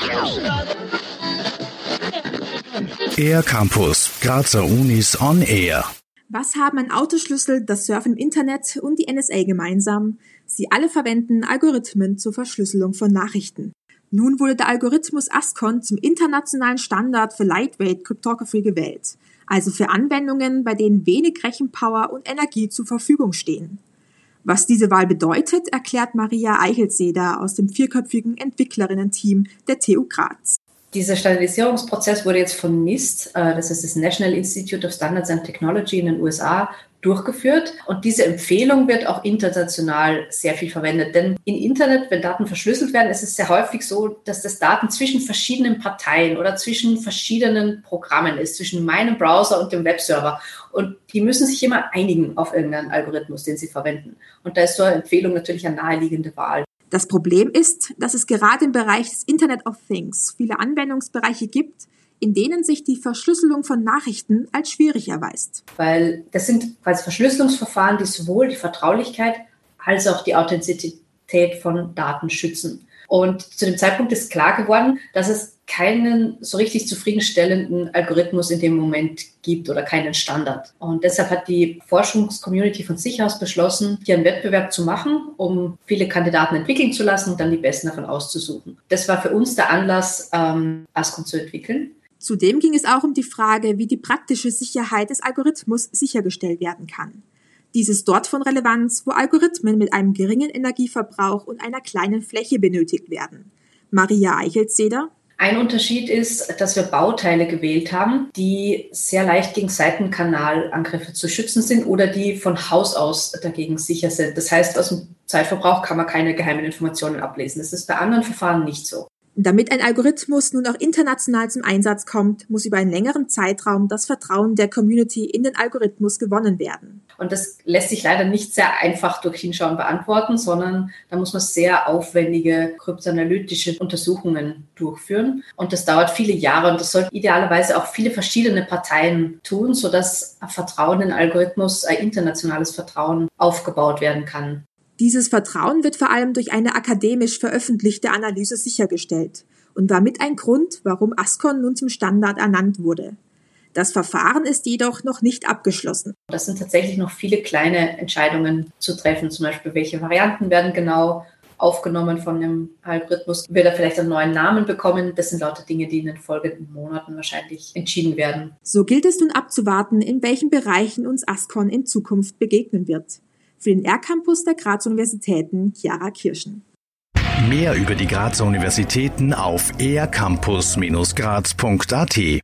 Air Campus, Grazer Unis on Air. Was haben ein Autoschlüssel, das Surfen im Internet und die NSA gemeinsam? Sie alle verwenden Algorithmen zur Verschlüsselung von Nachrichten. Nun wurde der Algorithmus Ascon zum internationalen Standard für Lightweight Cryptography gewählt, also für Anwendungen, bei denen wenig Rechenpower und Energie zur Verfügung stehen. Was diese Wahl bedeutet, erklärt Maria Eichelseder aus dem 4-köpfigen Entwicklerinnen-Team der TU Graz. Dieser Standardisierungsprozess wurde jetzt von NIST, das ist das National Institute of Standards and Technology in den USA, durchgeführt. Und diese Empfehlung wird auch international sehr viel verwendet. Denn im Internet, wenn Daten verschlüsselt werden, ist es sehr häufig so, dass das Daten zwischen verschiedenen Parteien oder zwischen verschiedenen Programmen ist, zwischen meinem Browser und dem Webserver. Und die müssen sich immer einigen auf irgendeinen Algorithmus, den sie verwenden. Und da ist so eine Empfehlung natürlich eine naheliegende Wahl. Das Problem ist, dass es gerade im Bereich des Internet of Things viele Anwendungsbereiche gibt, in denen sich die Verschlüsselung von Nachrichten als schwierig erweist. Weil das sind quasi Verschlüsselungsverfahren, die sowohl die Vertraulichkeit als auch die Authentizität von Daten schützen. Und zu dem Zeitpunkt ist klar geworden, dass es keinen so richtig zufriedenstellenden Algorithmus in dem Moment gibt oder keinen Standard. Und deshalb hat die Forschungscommunity von sich aus beschlossen, hier einen Wettbewerb zu machen, um viele Kandidaten entwickeln zu lassen und dann die besten davon auszusuchen. Das war für uns der Anlass, Ascon zu entwickeln. Zudem ging es auch um die Frage, wie die praktische Sicherheit des Algorithmus sichergestellt werden kann. Dies ist dort von Relevanz, wo Algorithmen mit einem geringen Energieverbrauch und einer kleinen Fläche benötigt werden. Maria Eichelseder. Ein Unterschied ist, dass wir Bauteile gewählt haben, die sehr leicht gegen Seitenkanalangriffe zu schützen sind oder die von Haus aus dagegen sicher sind. Das heißt, aus dem Zeitverbrauch kann man keine geheimen Informationen ablesen. Das ist bei anderen Verfahren nicht so. Damit ein Algorithmus nun auch international zum Einsatz kommt, muss über einen längeren Zeitraum das Vertrauen der Community in den Algorithmus gewonnen werden. Und das lässt sich leider nicht sehr einfach durch Hinschauen beantworten, sondern da muss man sehr aufwendige kryptoanalytische Untersuchungen durchführen. Und das dauert viele Jahre und das sollten idealerweise auch viele verschiedene Parteien tun, sodass ein Vertrauen in den Algorithmus, ein internationales Vertrauen aufgebaut werden kann. Dieses Vertrauen wird vor allem durch eine akademisch veröffentlichte Analyse sichergestellt und war mit ein Grund, warum Ascon nun zum Standard ernannt wurde. Das Verfahren ist jedoch noch nicht abgeschlossen. Das sind tatsächlich noch viele kleine Entscheidungen zu treffen, zum Beispiel welche Varianten werden genau aufgenommen von dem Algorithmus, wird er vielleicht einen neuen Namen bekommen. Das sind lauter Dinge, die in den folgenden Monaten wahrscheinlich entschieden werden. So gilt es nun abzuwarten, in welchen Bereichen uns Ascon in Zukunft begegnen wird. Für den Air Campus der Grazer Universitäten, Chiara Kirschen. Mehr über die Grazer Universitäten auf aircampus-graz.at